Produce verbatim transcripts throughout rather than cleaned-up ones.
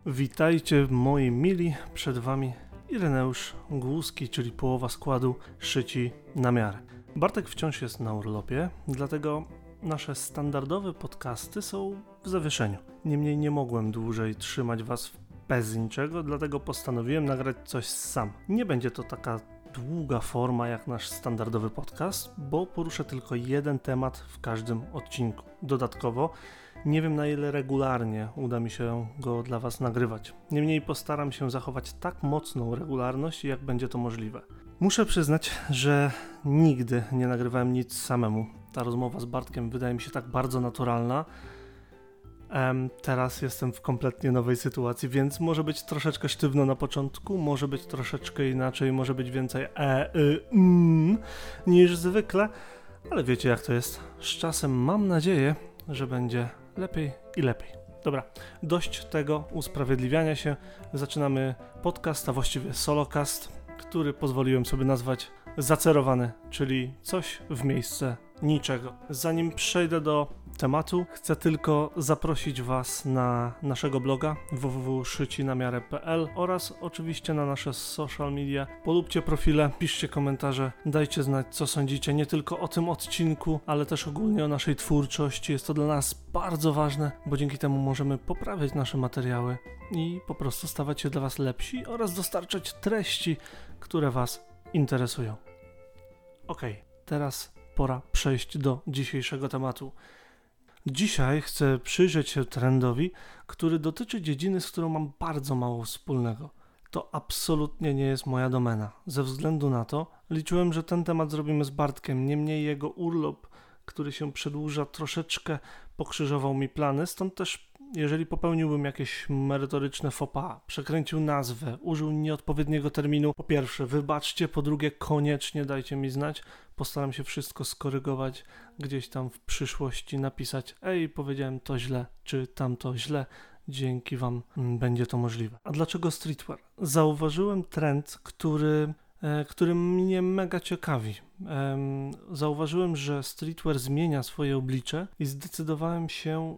Witajcie moi mili, przed wami Ireneusz Głuski, czyli połowa składu Szyci na miarę. Bartek wciąż jest na urlopie, dlatego nasze standardowe podcasty są w zawieszeniu. Niemniej nie mogłem dłużej trzymać was bez niczego, dlatego postanowiłem nagrać coś sam. Nie będzie to taka długa forma jak nasz standardowy podcast, bo poruszę tylko jeden temat w każdym odcinku. Dodatkowo nie wiem, na ile regularnie uda mi się go dla was nagrywać. Niemniej postaram się zachować tak mocną regularność, jak będzie to możliwe. Muszę przyznać, że nigdy nie nagrywałem nic samemu. Ta rozmowa z Bartkiem wydaje mi się tak bardzo naturalna. Ehm, teraz jestem w kompletnie nowej sytuacji, więc może być troszeczkę sztywno na początku, może być troszeczkę inaczej, może być więcej e, y, mm, niż zwykle, ale wiecie jak to jest. Z czasem mam nadzieję, że będzie lepiej i lepiej. Dobra, dość tego usprawiedliwiania się. Zaczynamy podcast, a właściwie solocast, który pozwoliłem sobie nazwać zacerowany, czyli coś w miejsce niczego. Zanim przejdę do tematu, chcę tylko zaprosić was na naszego bloga w w w kropka szyci na miarę kropka p l oraz oczywiście na nasze social media. Polubcie profile, piszcie komentarze, dajcie znać co sądzicie nie tylko o tym odcinku, ale też ogólnie o naszej twórczości. Jest to dla nas bardzo ważne, bo dzięki temu możemy poprawiać nasze materiały i po prostu stawać się dla was lepsi oraz dostarczać treści, które was interesują. Okej, teraz pora przejść do dzisiejszego tematu. Dzisiaj chcę przyjrzeć się trendowi, który dotyczy dziedziny, z którą mam bardzo mało wspólnego. To absolutnie nie jest moja domena. Ze względu na to liczyłem, że ten temat zrobimy z Bartkiem, niemniej jego urlop, który się przedłuża, troszeczkę pokrzyżował mi plany, stąd też jeżeli popełniłbym jakieś merytoryczne faux pas, przekręcił nazwę, użył nieodpowiedniego terminu, po pierwsze wybaczcie, po drugie koniecznie dajcie mi znać, postaram się wszystko skorygować, gdzieś tam w przyszłości napisać, ej, powiedziałem to źle, czy tamto źle, dzięki wam będzie to możliwe. A dlaczego streetwear? Zauważyłem trend, który... który mnie mega ciekawi. Zauważyłem, że streetwear zmienia swoje oblicze i zdecydowałem się,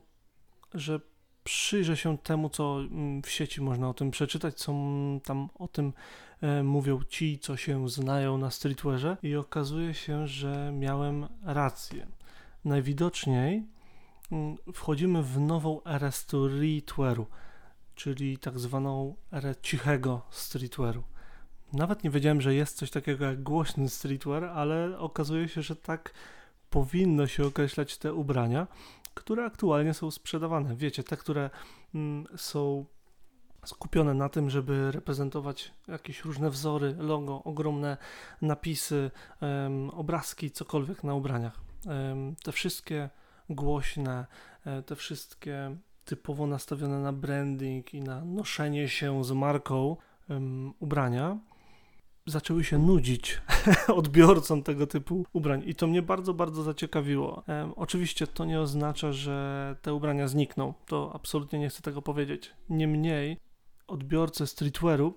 że przyjrzę się temu, co w sieci można o tym przeczytać, co tam o tym mówią ci, co się znają na streetwearze, i okazuje się, że miałem rację. Najwidoczniej wchodzimy w nową erę streetwearu, czyli tak zwaną erę cichego streetwearu. Nawet nie wiedziałem, że jest coś takiego jak głośny streetwear, ale okazuje się, że tak powinno się określać te ubrania, które aktualnie są sprzedawane. Wiecie, te, które mm, są skupione na tym, żeby reprezentować jakieś różne wzory, logo, ogromne napisy, um, obrazki, cokolwiek na ubraniach. Um, te wszystkie głośne, te wszystkie typowo nastawione na branding i na noszenie się z marką um, ubrania zaczęły się nudzić odbiorcom tego typu ubrań i to mnie bardzo, bardzo zaciekawiło. Um, oczywiście to nie oznacza, że te ubrania znikną, to absolutnie nie chcę tego powiedzieć. Niemniej odbiorcy streetwearu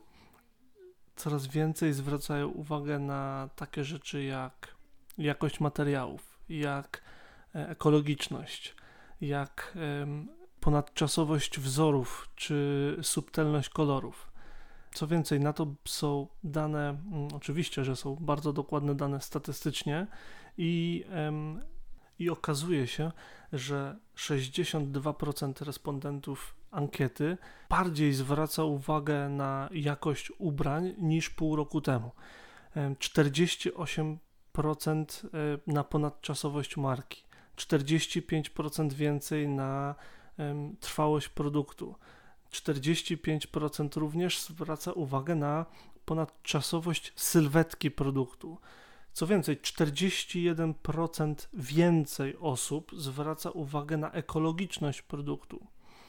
coraz więcej zwracają uwagę na takie rzeczy jak jakość materiałów, jak ekologiczność, jak um, ponadczasowość wzorów czy subtelność kolorów. Co więcej, na to są dane, mm, oczywiście, że są bardzo dokładne dane statystycznie i, em, i okazuje się, że sześćdziesiąt dwa procent respondentów ankiety bardziej zwraca uwagę na jakość ubrań niż pół roku temu. Em, czterdzieści osiem procent na ponadczasowość marki, czterdzieści pięć procent więcej na em, trwałość produktu. czterdzieści pięć procent również zwraca uwagę na ponadczasowość sylwetki produktu. Co więcej, czterdzieści jeden procent więcej osób zwraca uwagę na ekologiczność produktu,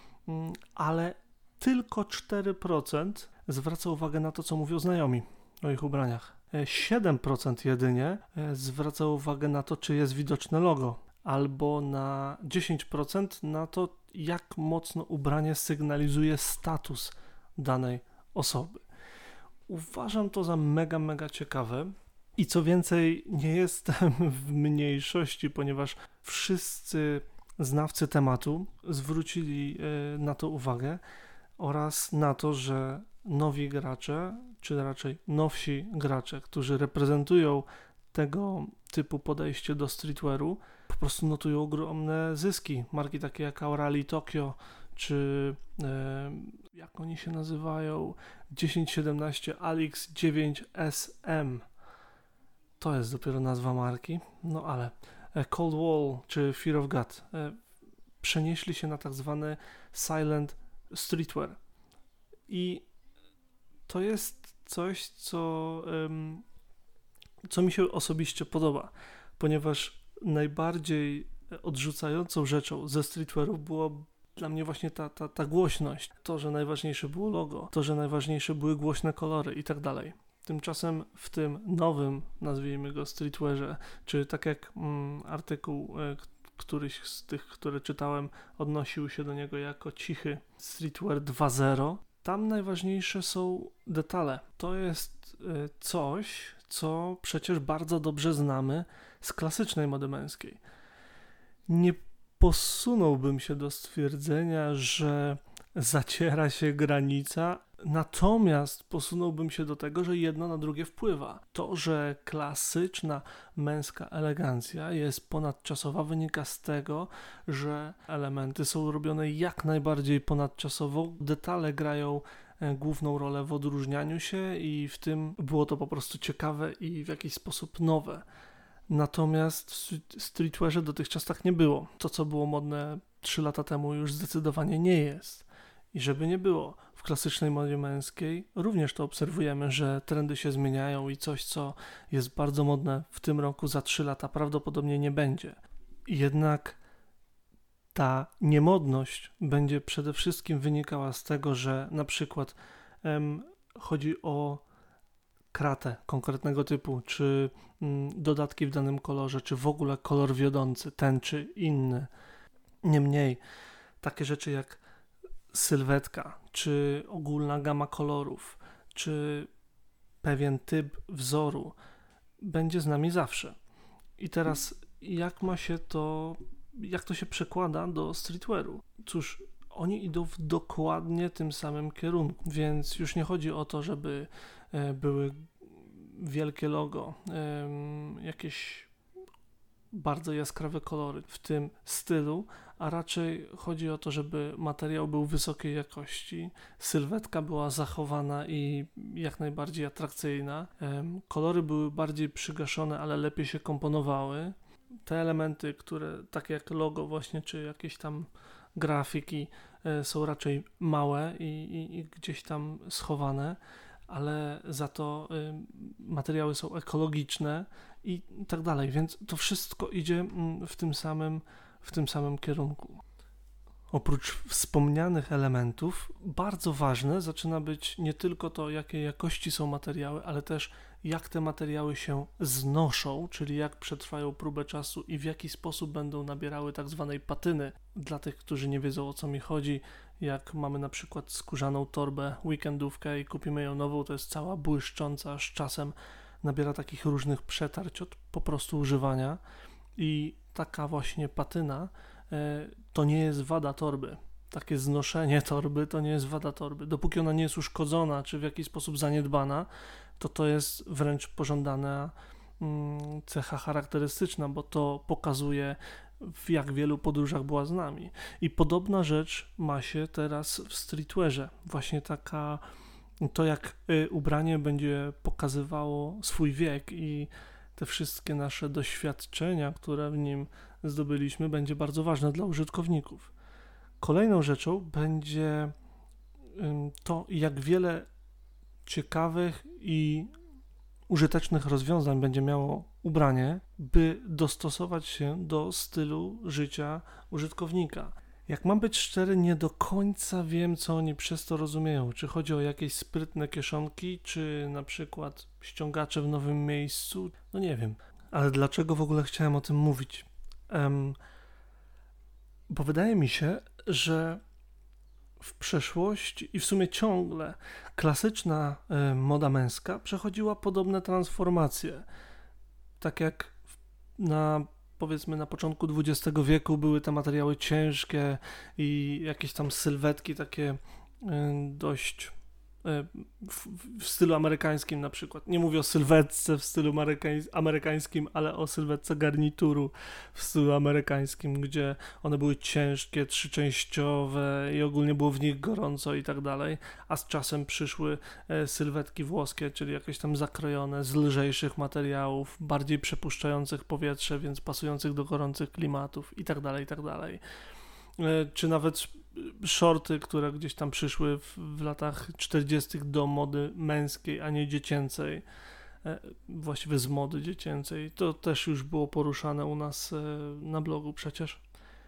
ale tylko cztery procent zwraca uwagę na to, co mówią znajomi o ich ubraniach. siedem procent jedynie zwraca uwagę na to, czy jest widoczne logo, albo na dziesięć procent na to, jak mocno ubranie sygnalizuje status danej osoby. Uważam to za mega, mega ciekawe i co więcej, nie jestem w mniejszości, ponieważ wszyscy znawcy tematu zwrócili na to uwagę. oraz na to, że nowi gracze, czy raczej nowsi gracze, którzy reprezentują tego typu podejście do streetwearu, po prostu notują ogromne zyski. Marki takie jak Aurali Tokyo, czy e, jak oni się nazywają, tysiąc siedemnaście Alix dziewięć S M. To jest dopiero nazwa marki. No ale e, Cold Wall czy Fear of God e, przenieśli się na tak zwany silent streetwear. I to jest coś, co, um, co mi się osobiście podoba, ponieważ najbardziej odrzucającą rzeczą ze streetwearów było dla mnie właśnie ta, ta, ta głośność. To, że najważniejsze było logo, to, że najważniejsze były głośne kolory i tak dalej. Tymczasem w tym nowym, nazwijmy go, streetwearze, czy tak jak mm, artykuł e, któryś z tych, które czytałem, odnosił się do niego jako cichy streetwear dwa zero, tam najważniejsze są detale. To jest y, coś, co przecież bardzo dobrze znamy z klasycznej mody męskiej. Nie posunąłbym się do stwierdzenia, że zaciera się granica, natomiast posunąłbym się do tego, że jedno na drugie wpływa. To, że klasyczna męska elegancja jest ponadczasowa, wynika z tego, że elementy są robione jak najbardziej ponadczasowo. Detale grają główną rolę w odróżnianiu się i w tym było to po prostu ciekawe i w jakiś sposób nowe. Natomiast w streetwearze dotychczas tak nie było. To, co było modne trzy lata temu, już zdecydowanie nie jest. I żeby nie było, w klasycznej modzie męskiej również to obserwujemy, że trendy się zmieniają i coś, co jest bardzo modne w tym roku, za trzy lata prawdopodobnie nie będzie. Jednak ta niemodność będzie przede wszystkim wynikała z tego, że na przykład em, chodzi o kratę konkretnego typu, czy mm, dodatki w danym kolorze, czy w ogóle kolor wiodący, ten czy inny. Niemniej takie rzeczy jak sylwetka, czy ogólna gama kolorów, czy pewien typ wzoru będzie z nami zawsze. I teraz jak ma się to, jak to się przekłada do streetwearu? Cóż, oni idą w dokładnie tym samym kierunku, więc już nie chodzi o to, żeby e, były wielkie logo, e, jakieś bardzo jaskrawe kolory w tym stylu, a raczej chodzi o to, żeby materiał był wysokiej jakości, sylwetka była zachowana i jak najbardziej atrakcyjna, kolory były bardziej przygaszone, ale lepiej się komponowały. Te elementy, które takie jak logo właśnie, czy jakieś tam grafiki są raczej małe i, i, i gdzieś tam schowane, ale za to y, materiały są ekologiczne i tak dalej, więc to wszystko idzie w tym samym, w tym samym kierunku. Oprócz wspomnianych elementów, bardzo ważne zaczyna być nie tylko to, jakiej jakości są materiały, ale też jak te materiały się znoszą, czyli jak przetrwają próbę czasu i w jaki sposób będą nabierały tak zwanej patyny. Dla tych, którzy nie wiedzą, o co mi chodzi, jak mamy na przykład skórzaną torbę, weekendówkę i kupimy ją nową, to jest cała błyszcząca, z czasem nabiera takich różnych przetarć od po prostu używania i taka właśnie patyna e, to nie jest wada torby. Takie znoszenie torby to nie jest wada torby. Dopóki ona nie jest uszkodzona, czy w jakiś sposób zaniedbana, to to jest wręcz pożądana mm, cecha charakterystyczna, bo to pokazuje, w jak wielu podróżach była z nami. I podobna rzecz ma się teraz w streetwearze. Właśnie taka, to jak y, ubranie będzie pokazywało swój wiek i te wszystkie nasze doświadczenia, które w nim zdobyliśmy, będzie bardzo ważne dla użytkowników. Kolejną rzeczą będzie y, to, jak wiele ciekawych i użytecznych rozwiązań będzie miało ubranie, by dostosować się do stylu życia użytkownika. Jak mam być szczery, nie do końca wiem, co oni przez to rozumieją. Czy chodzi o jakieś sprytne kieszonki, czy na przykład ściągacze w nowym miejscu? No nie wiem. Ale dlaczego w ogóle chciałem o tym mówić? Um, bo wydaje mi się, że w przeszłości i w sumie ciągle klasyczna y, moda męska przechodziła podobne transformacje. Tak jak na, powiedzmy, na początku dwudziestego wieku były te materiały ciężkie i jakieś tam sylwetki takie dość w, w stylu amerykańskim na przykład. Nie mówię o sylwetce w stylu amerykań, amerykańskim, ale o sylwetce garnituru w stylu amerykańskim, gdzie one były ciężkie, trzyczęściowe i ogólnie było w nich gorąco i tak dalej, a z czasem przyszły sylwetki włoskie, czyli jakieś tam zakrojone z lżejszych materiałów, bardziej przepuszczających powietrze, więc pasujących do gorących klimatów i tak dalej, i tak dalej. Czy nawet shorty, które gdzieś tam przyszły w, w latach czterdziestych do mody męskiej, a nie dziecięcej, właściwie z mody dziecięcej, to też już było poruszane u nas na blogu przecież.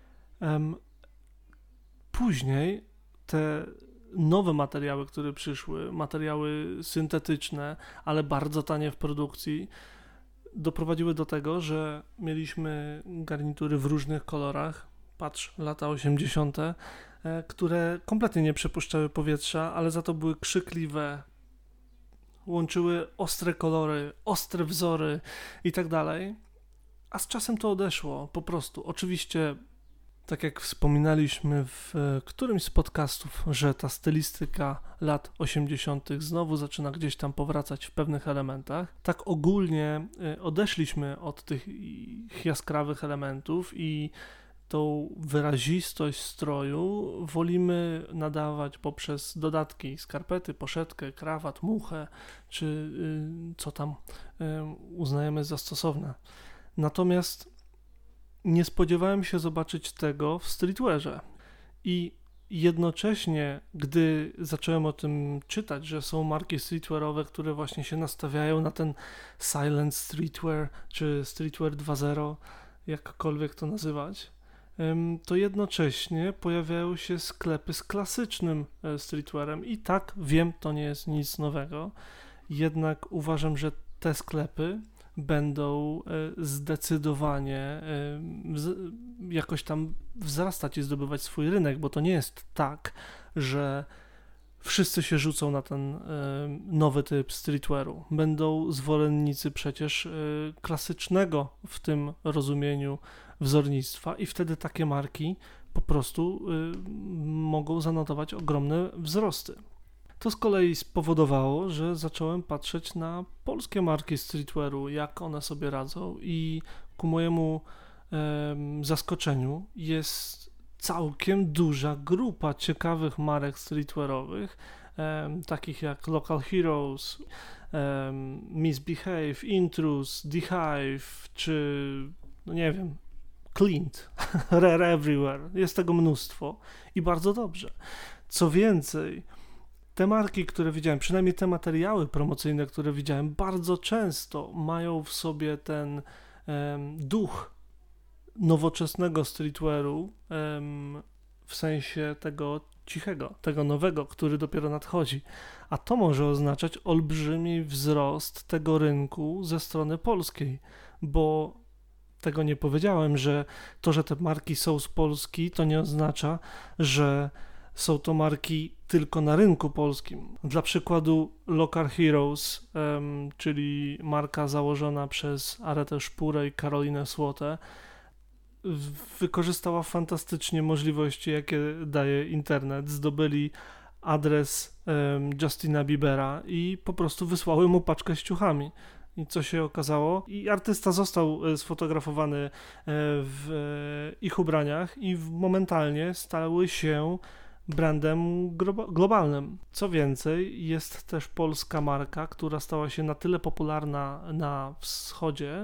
Później te nowe materiały, które przyszły, materiały syntetyczne, ale bardzo tanie w produkcji, doprowadziły do tego, że mieliśmy garnitury w różnych kolorach, patrz, lata osiemdziesiąte, które kompletnie nie przepuszczały powietrza, ale za to były krzykliwe, łączyły ostre kolory, ostre wzory i tak dalej, a z czasem to odeszło, po prostu. Oczywiście, tak jak wspominaliśmy w którymś z podcastów, że ta stylistyka lat osiemdziesiątych znowu zaczyna gdzieś tam powracać w pewnych elementach, tak ogólnie odeszliśmy od tych jaskrawych elementów i tą wyrazistość stroju wolimy nadawać poprzez dodatki, skarpety, poszetkę, krawat, muchę, czy y, co tam y, uznajemy za stosowne. Natomiast nie spodziewałem się zobaczyć tego w streetwearze i jednocześnie, gdy zacząłem o tym czytać, że są marki streetwearowe, które właśnie się nastawiają na ten silent streetwear, czy streetwear dwa zero, jakkolwiek to nazywać, to jednocześnie pojawiają się sklepy z klasycznym streetwearem i tak, wiem, to nie jest nic nowego, jednak uważam, że te sklepy będą zdecydowanie jakoś tam wzrastać i zdobywać swój rynek, bo to nie jest tak, że wszyscy się rzucą na ten nowy typ streetwearu. Będą zwolennicy przecież klasycznego w tym rozumieniu wzornictwa i wtedy takie marki po prostu mogą zanotować ogromne wzrosty. To z kolei spowodowało, że zacząłem patrzeć na polskie marki streetwearu, jak one sobie radzą i ku mojemu e, zaskoczeniu jest całkiem duża grupa ciekawych marek streetwearowych, e, takich jak Local Heroes, e, Misbehave, Intrus, The Hive, czy no nie wiem, Clint, Rare Everywhere. Jest tego mnóstwo i bardzo dobrze. Co więcej, te marki, które widziałem, przynajmniej te materiały promocyjne, które widziałem, bardzo często mają w sobie ten um, duch nowoczesnego streetwearu, um, w sensie tego cichego, tego nowego, który dopiero nadchodzi. A to może oznaczać olbrzymi wzrost tego rynku ze strony polskiej, bo tego nie powiedziałem, że to, że te marki są z Polski, to nie oznacza, że są to marki tylko na rynku polskim. Dla przykładu Local Heroes, um, czyli marka założona przez Aretę Szpurę i Karolinę Słotę, wykorzystała fantastycznie możliwości, jakie daje internet. Zdobyli adres um, Justina Biebera i po prostu wysłały mu paczkę z ciuchami. I co się okazało? I artysta został sfotografowany w ich ubraniach i momentalnie stały się brandem globalnym. Co więcej, jest też polska marka, która stała się na tyle popularna na wschodzie,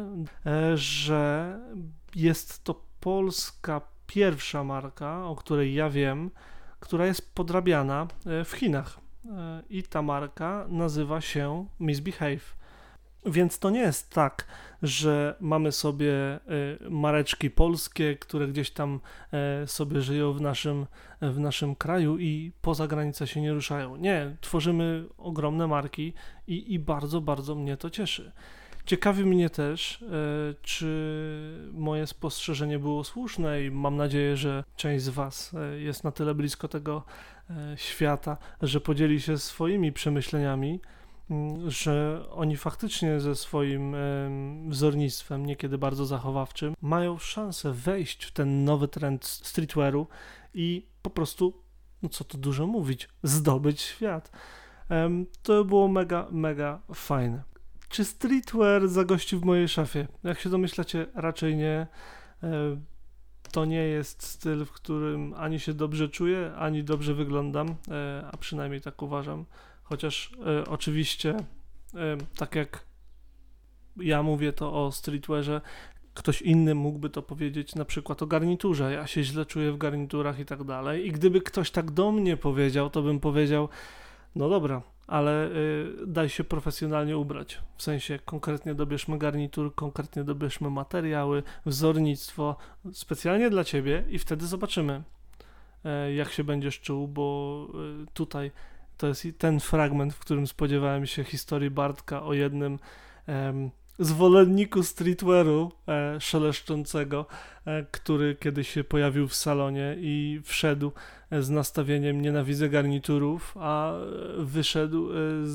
że jest to polska pierwsza marka, o której ja wiem, która jest podrabiana w Chinach. I ta marka nazywa się Misbehave. Więc to nie jest tak, że mamy sobie mareczki polskie, które gdzieś tam sobie żyją w naszym, w naszym kraju i poza granicę się nie ruszają. Nie, tworzymy ogromne marki i, i bardzo, bardzo mnie to cieszy. Ciekawi mnie też, czy moje spostrzeżenie było słuszne i mam nadzieję, że część z Was jest na tyle blisko tego świata, że podzieli się swoimi przemyśleniami, że oni faktycznie ze swoim wzornictwem, niekiedy bardzo zachowawczym, mają szansę wejść w ten nowy trend streetwearu i po prostu no co tu dużo mówić, zdobyć świat. Um, to było mega, mega fajne. Czy streetwear zagości w mojej szafie? Jak się domyślacie, raczej nie. Um, to nie jest styl, w którym ani się dobrze czuję, ani dobrze wyglądam, e, a przynajmniej tak uważam. Chociaż e, oczywiście, e, tak jak ja mówię to o streetwearze, ktoś inny mógłby to powiedzieć na przykład o garniturze. Ja się źle czuję w garniturach i tak dalej. I gdyby ktoś tak do mnie powiedział, to bym powiedział, no dobra, ale y, daj się profesjonalnie ubrać. W sensie konkretnie dobierzmy garnitur, konkretnie dobierzmy materiały, wzornictwo specjalnie dla ciebie i wtedy zobaczymy, y, jak się będziesz czuł, bo y, tutaj to jest ten fragment, w którym spodziewałem się historii Bartka o jednym y, zwolenniku streetwearu e, szeleszczącego, e, który kiedyś się pojawił w salonie i wszedł e, z nastawieniem nienawidzę garniturów, a e, wyszedł e,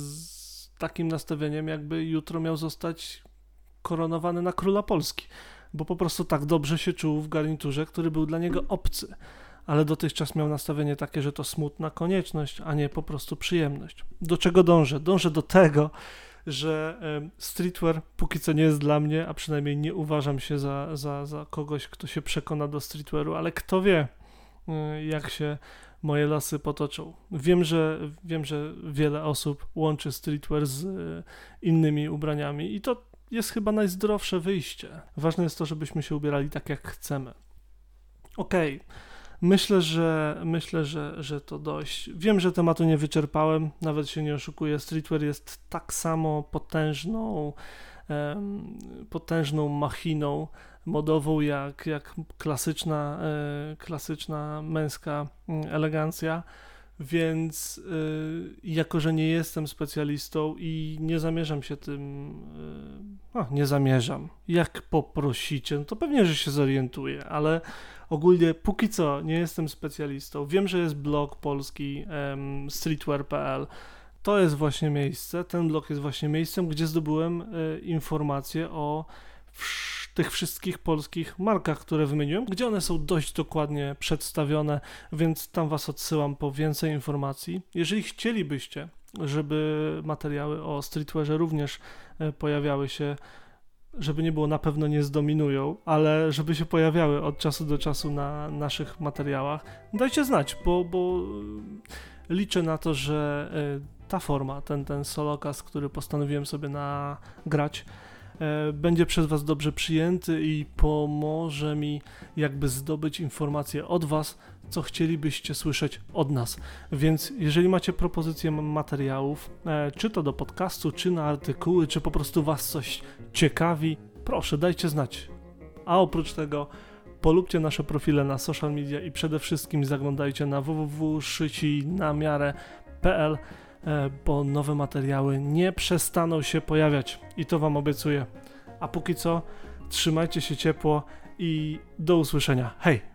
z takim nastawieniem, jakby jutro miał zostać koronowany na króla Polski, bo po prostu tak dobrze się czuł w garniturze, który był dla niego obcy, ale dotychczas miał nastawienie takie, że to smutna konieczność, a nie po prostu przyjemność. Do czego dążę? Dążę do tego, że streetwear póki co nie jest dla mnie, a przynajmniej nie uważam się za, za, za kogoś, kto się przekona do streetwearu, ale kto wie, jak się moje losy potoczą. Wiem, że wiem, że wiele osób łączy streetwear z innymi ubraniami i to jest chyba najzdrowsze wyjście. Ważne jest to, żebyśmy się ubierali tak, jak chcemy. Okej. Okay. Myślę, że myślę, że, że to dość. Wiem, że tematu nie wyczerpałem, nawet się nie oszukuję. Streetwear jest tak samo potężną, um, potężną machiną modową jak, jak klasyczna, e, klasyczna męska elegancja, więc y, jako, że nie jestem specjalistą i nie zamierzam się tym, y, o, nie zamierzam, jak poprosicie, no to pewnie, że się zorientuję, ale ogólnie póki co nie jestem specjalistą. Wiem, że jest blog polski um, streetwear kropka p l. To jest właśnie miejsce, ten blog jest właśnie miejscem, gdzie zdobyłem y, informacje o wsz- tych wszystkich polskich markach, które wymieniłem, gdzie one są dość dokładnie przedstawione, więc tam was odsyłam po więcej informacji. Jeżeli chcielibyście, żeby materiały o streetwearze również y, pojawiały się, żeby nie było, na pewno nie zdominują, ale żeby się pojawiały od czasu do czasu na naszych materiałach, dajcie znać, bo, bo liczę na to, że ta forma, ten, ten solokaz, który postanowiłem sobie nagrać, będzie przez was dobrze przyjęty i pomoże mi jakby zdobyć informacje od was, co chcielibyście słyszeć od nas. Więc jeżeli macie propozycje materiałów, czy to do podcastu, czy na artykuły, czy po prostu was coś ciekawi, proszę, dajcie znać. A oprócz tego polubcie nasze profile na social media i przede wszystkim zaglądajcie na w w w kropka szyci na miarę kropka p l, bo nowe materiały nie przestaną się pojawiać i to wam obiecuję. A póki co, trzymajcie się ciepło i do usłyszenia. Hej!